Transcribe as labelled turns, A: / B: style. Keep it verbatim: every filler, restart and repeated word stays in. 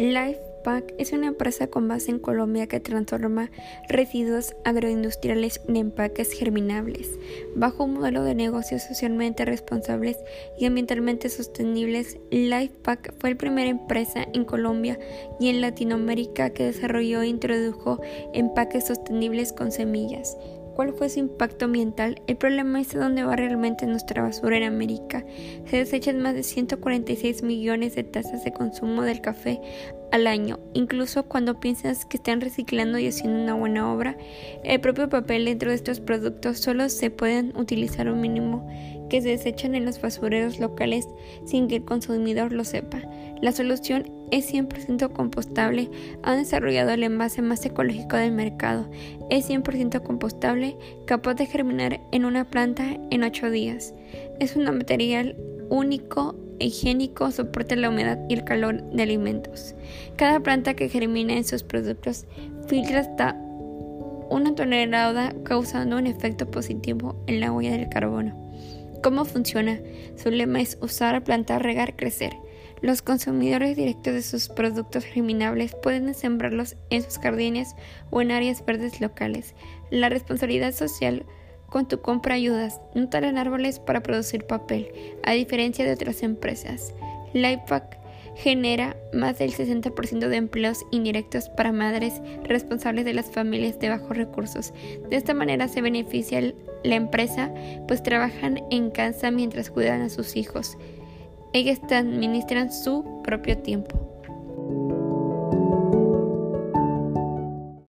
A: Lifepack es una empresa con base en Colombia que transforma residuos agroindustriales en empaques germinables, bajo un modelo de negocios socialmente responsables y ambientalmente sostenibles. Lifepack fue la primera empresa en Colombia y en Latinoamérica que desarrolló e introdujo empaques sostenibles con semillas. ¿Cuál fue su impacto ambiental? El problema es a dónde va realmente nuestra basura en América. Se desechan más de ciento cuarenta y seis millones de tazas de consumo del café al año. Incluso cuando piensas que están reciclando y haciendo una buena obra, el propio papel dentro de estos productos solo se pueden utilizar un mínimo que se desechan en los basureros locales sin que el consumidor lo sepa. La solución es cien por ciento compostable. Han desarrollado el envase más ecológico del mercado. Es cien por ciento compostable, capaz de germinar en una planta en ocho días. Es un material único e higiénico, soporta la humedad y el calor de alimentos. Cada planta que germina en sus productos filtra hasta una tonelada, causando un efecto positivo en la huella del carbono. ¿Cómo funciona? Su lema es usar, plantar, regar, crecer. Los consumidores directos de sus productos germinables pueden sembrarlos en sus jardines o en áreas verdes locales. La responsabilidad social: con tu compra ayudas, no talan árboles para producir papel, a diferencia de otras empresas. Lifepack genera más del sesenta por ciento de empleos indirectos para madres responsables de las familias de bajos recursos. De esta manera se beneficia la empresa, pues trabajan en casa mientras cuidan a sus hijos. Ellas administran su propio tiempo.